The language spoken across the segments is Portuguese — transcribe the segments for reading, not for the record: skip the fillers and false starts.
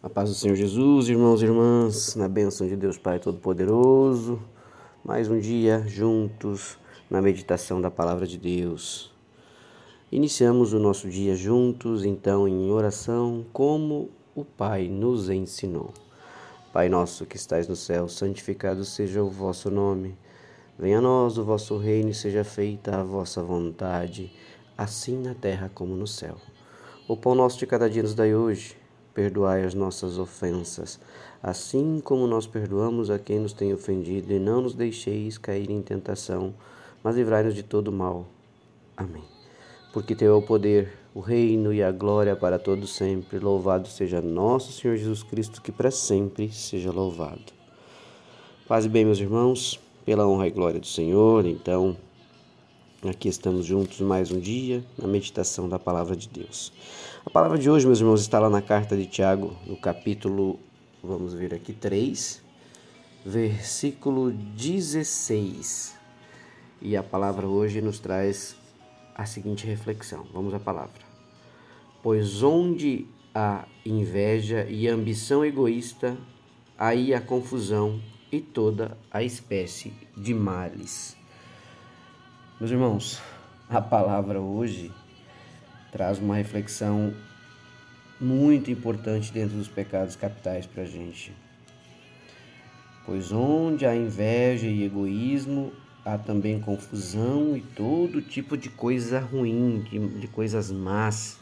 A paz do Senhor Jesus, irmãos e irmãs, na bênção de Deus Pai Todo-Poderoso, mais um dia juntos na meditação da Palavra de Deus. Iniciamos o nosso dia juntos, então, em oração, como o Pai nos ensinou. Pai nosso que estais no céu, santificado seja o vosso nome. Venha a nós o vosso reino e seja feita a vossa vontade, assim na terra como no céu. O pão nosso de cada dia nos dai hoje. Perdoai as nossas ofensas, assim como nós perdoamos a quem nos tem ofendido, e não nos deixeis cair em tentação, mas livrai-nos de todo mal. Amém. Porque teu é o poder, o reino e a glória para todos sempre. Louvado seja nosso Senhor Jesus Cristo, que para sempre seja louvado. Paz e bem, meus irmãos, pela honra e glória do Senhor, então, aqui estamos juntos mais um dia na meditação da Palavra de Deus. A palavra de hoje, meus irmãos, está lá na carta de Tiago, no capítulo, vamos ver aqui, 3, versículo 16. E a palavra hoje nos traz a seguinte reflexão. Vamos à palavra. Pois onde há inveja e ambição egoísta, aí há confusão e toda a espécie de males. Meus irmãos, a palavra hoje traz uma reflexão muito importante dentro dos pecados capitais para a gente. Pois onde há inveja e egoísmo, há também confusão e todo tipo de coisa ruim, de coisas más.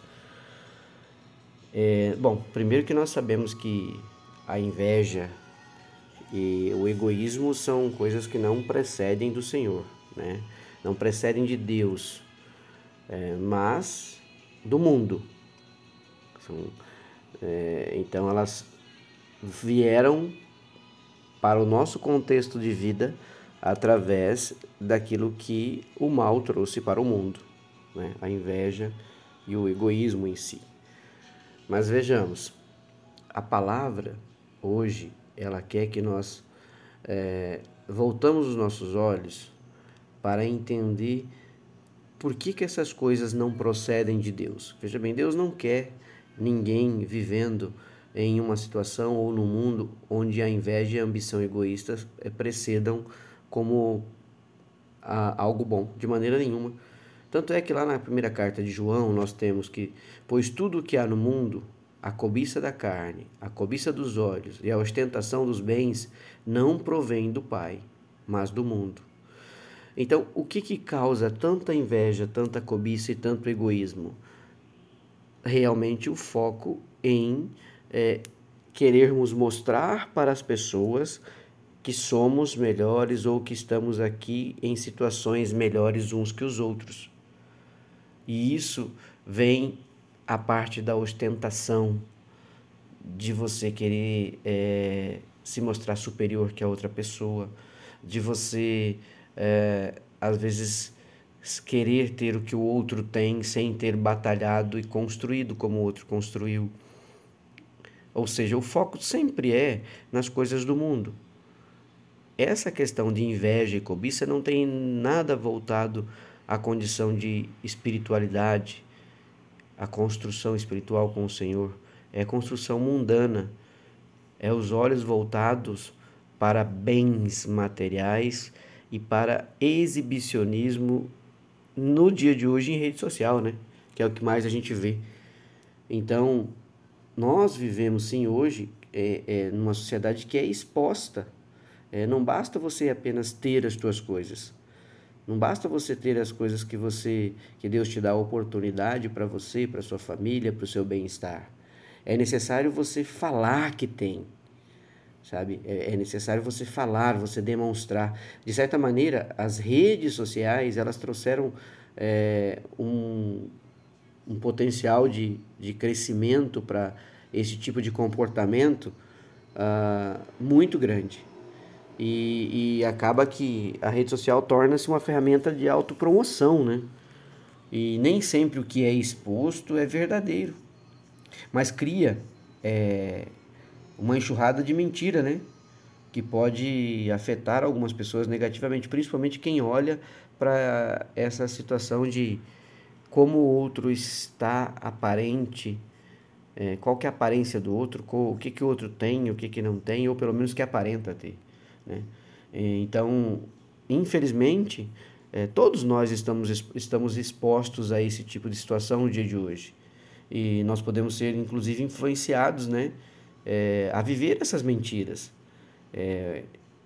Bom, primeiro que nós sabemos que a inveja e o egoísmo são coisas que não precedem do Senhor, né? Não precedem de Deus, mas do mundo. Então elas vieram para o nosso contexto de vida através daquilo que o mal trouxe para o mundo, né? A inveja e o egoísmo em si. Mas vejamos, a palavra hoje, ela quer que nós voltamos os nossos olhos para entender por que essas coisas não procedem de Deus. Veja bem, Deus não quer ninguém vivendo em uma situação ou no mundo onde a inveja e a ambição egoístas precedam como algo bom, de maneira nenhuma. Tanto é que lá na primeira carta de João nós temos que, pois tudo o que há no mundo, a cobiça da carne, a cobiça dos olhos e a ostentação dos bens, não provém do Pai, mas do mundo. Então, o que causa tanta inveja, tanta cobiça e tanto egoísmo? Realmente o foco em querermos mostrar para as pessoas que somos melhores ou que estamos aqui em situações melhores uns que os outros. E isso vem a parte da ostentação, de você querer se mostrar superior que a outra pessoa, de você, às vezes, querer ter o que o outro tem sem ter batalhado e construído como o outro construiu. Ou seja, o foco sempre é nas coisas do mundo. Essa questão de inveja e cobiça não tem nada voltado à condição de espiritualidade, a construção espiritual com o Senhor. É construção mundana, é os olhos voltados para bens materiais e para exibicionismo no dia de hoje em rede social, né? Que é o que mais a gente vê. Então, nós vivemos sim hoje numa sociedade que é exposta. Não basta você apenas ter as tuas coisas. Não basta você ter as coisas que Deus te dá a oportunidade para você, para sua família, para o seu bem-estar. É necessário você falar que tem, sabe? É necessário você falar, você demonstrar. De certa maneira, as redes sociais, elas trouxeram um potencial de crescimento para esse tipo de comportamento muito grande. E acaba que a rede social torna-se uma ferramenta de autopromoção, né? E nem sempre o que é exposto é verdadeiro, mas cria uma enxurrada de mentira, né? Que pode afetar algumas pessoas negativamente, principalmente quem olha para essa situação de como o outro está aparente qual que é a aparência do outro, o que que o outro tem, o que que não tem, ou pelo menos que aparenta ter, né? Então, infelizmente, todos nós estamos expostos a esse tipo de situação no dia de hoje. E nós podemos ser, inclusive, influenciados, né, a viver essas mentiras. É,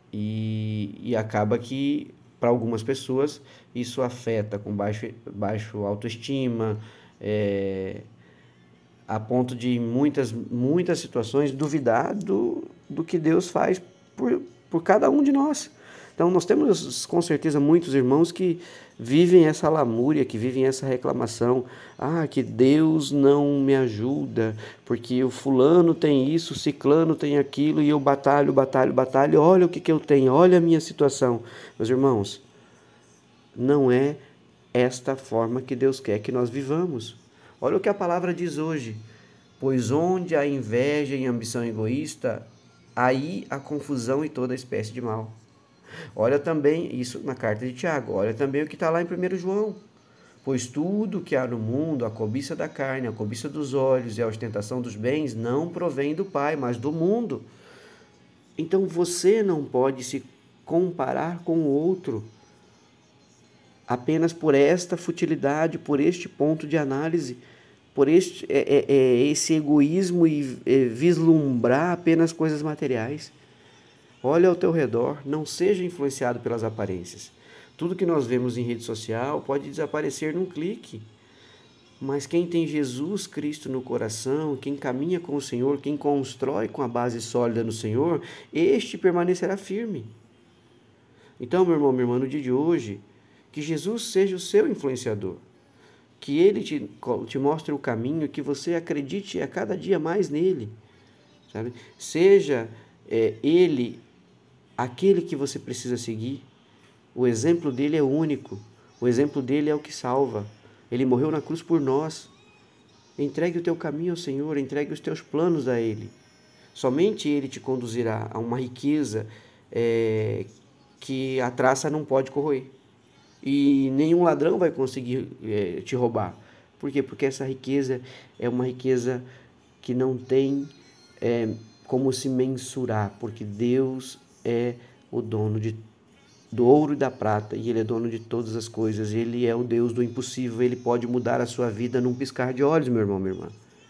e acaba que, para algumas pessoas, isso afeta com baixo autoestima, é, a ponto de muitas situações duvidar do que Deus faz por cada um de nós. Então, nós temos com certeza muitos irmãos que vivem essa lamúria, que vivem essa reclamação. Ah, que Deus não me ajuda, porque o fulano tem isso, o ciclano tem aquilo, e eu batalho, olha o que eu tenho, olha a minha situação. Meus irmãos, não é esta forma que Deus quer que nós vivamos. Olha o que a palavra diz hoje. Pois onde há inveja e ambição egoísta, aí há confusão e toda espécie de mal. Olha também, isso na carta de Tiago, olha também o que está lá em 1 João. Pois tudo que há no mundo, a cobiça da carne, a cobiça dos olhos e a ostentação dos bens, não provém do Pai, mas do mundo. Então você não pode se comparar com o outro apenas por esta futilidade, por este ponto de análise, por esse egoísmo e vislumbrar apenas coisas materiais. Olha ao teu redor, não seja influenciado pelas aparências. Tudo que nós vemos em rede social pode desaparecer num clique. Mas quem tem Jesus Cristo no coração, quem caminha com o Senhor, quem constrói com a base sólida no Senhor, este permanecerá firme. Então, meu irmão, minha irmã, no dia de hoje, que Jesus seja o seu influenciador. Que Ele te mostre o caminho, que você acredite a cada dia mais nele. Sabe? Seja Ele aquele que você precisa seguir. O exemplo dele é único. O exemplo dele é o que salva. Ele morreu na cruz por nós. Entregue o teu caminho ao Senhor, entregue os teus planos a Ele. Somente Ele te conduzirá a uma riqueza que a traça não pode corroer. E nenhum ladrão vai conseguir te roubar. Por quê? Porque essa riqueza é uma riqueza que não tem como se mensurar, porque Deus é o dono do ouro e da prata, e Ele é dono de todas as coisas. Ele é o Deus do impossível, Ele pode mudar a sua vida num piscar de olhos, meu irmão, minha irmã.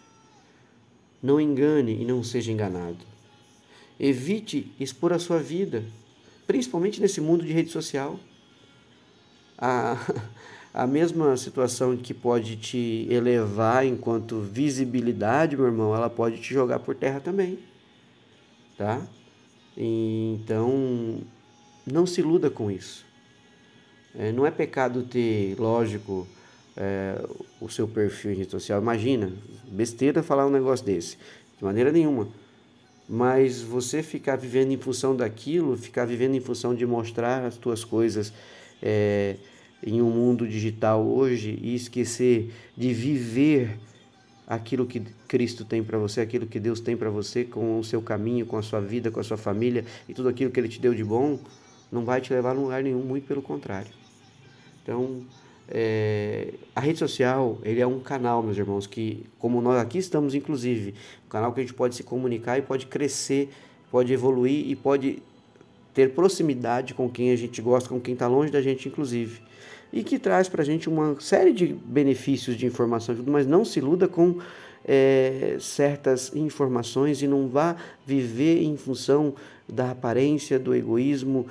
Não engane e não seja enganado. Evite expor a sua vida, principalmente nesse mundo de rede social. A mesma situação que pode te elevar enquanto visibilidade, meu irmão, ela pode te jogar por terra também, tá? Então, não se iluda com isso. Não é pecado ter, lógico, o seu perfil em rede social. Imagina, besteira falar um negócio desse. De maneira nenhuma. Mas você ficar vivendo em função daquilo, ficar vivendo em função de mostrar as tuas coisas em um mundo digital hoje e esquecer de viver aquilo que Cristo tem para você, aquilo que Deus tem para você, com o seu caminho, com a sua vida, com a sua família e tudo aquilo que Ele te deu de bom, não vai te levar a lugar nenhum, muito pelo contrário. Então, a rede social, ele é um canal, meus irmãos, que, como nós aqui estamos, inclusive, um canal que a gente pode se comunicar e pode crescer, pode evoluir e pode ter proximidade com quem a gente gosta, com quem está longe da gente, inclusive. E que traz para a gente uma série de benefícios de informação, mas não se iluda com certas informações e não vá viver em função da aparência, do egoísmo,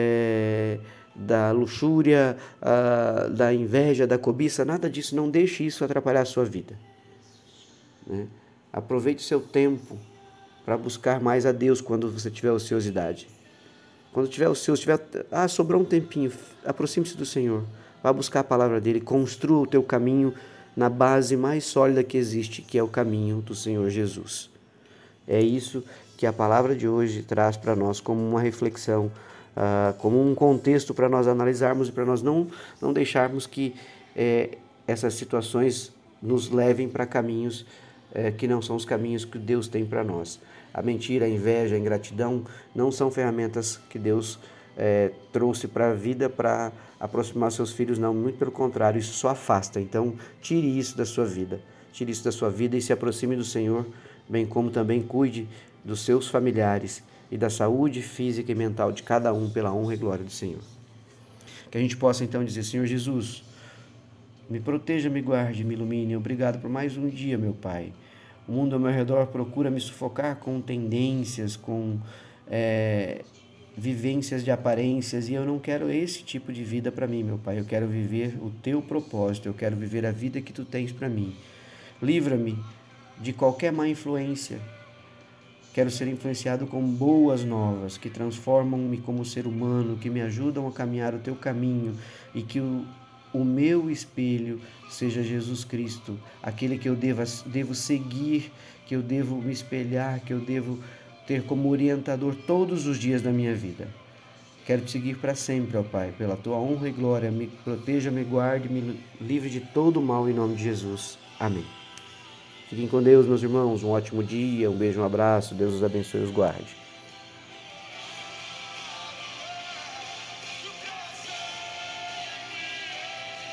da luxúria, da inveja, da cobiça, nada disso. Não deixe isso atrapalhar a sua vida. Né? Aproveite o seu tempo para buscar mais a Deus quando você tiver ociosidade. Quando tiver sobrou um tempinho, aproxime-se do Senhor. Vá buscar a palavra dele, construa o teu caminho na base mais sólida que existe, que é o caminho do Senhor Jesus. É isso que a palavra de hoje traz para nós como uma reflexão, como um contexto para nós analisarmos e para nós não deixarmos que essas situações nos levem para caminhos que não são os caminhos que Deus tem para nós. A mentira, a inveja, a ingratidão não são ferramentas que Deus trouxe para a vida para aproximar seus filhos, não, muito pelo contrário, isso só afasta. Então, tire isso da sua vida. tire isso da sua vida e se aproxime do Senhor, bem como também cuide dos seus familiares e da saúde física e mental de cada um pela honra e glória do Senhor. Que a gente possa então dizer: Senhor Jesus, me proteja, me guarde, me ilumine. Obrigado por mais um dia, meu Pai. O mundo ao meu redor procura me sufocar com tendências, com vivências de aparências, e eu não quero esse tipo de vida para mim, meu Pai. Eu quero viver o teu propósito, eu quero viver a vida que tu tens para mim. Livra-me de qualquer má influência. Quero ser influenciado com boas novas, que transformam-me como ser humano, que me ajudam a caminhar o teu caminho, e que o meu espelho seja Jesus Cristo, aquele que eu devo seguir, que eu devo me espelhar, que eu devo ter como orientador todos os dias da minha vida. Quero te seguir para sempre, ó Pai, pela tua honra e glória. Me proteja, me guarde, me livre de todo mal em nome de Jesus. Amém. Fiquem com Deus, meus irmãos. Um ótimo dia, um beijo, um abraço. Deus os abençoe e os guarde.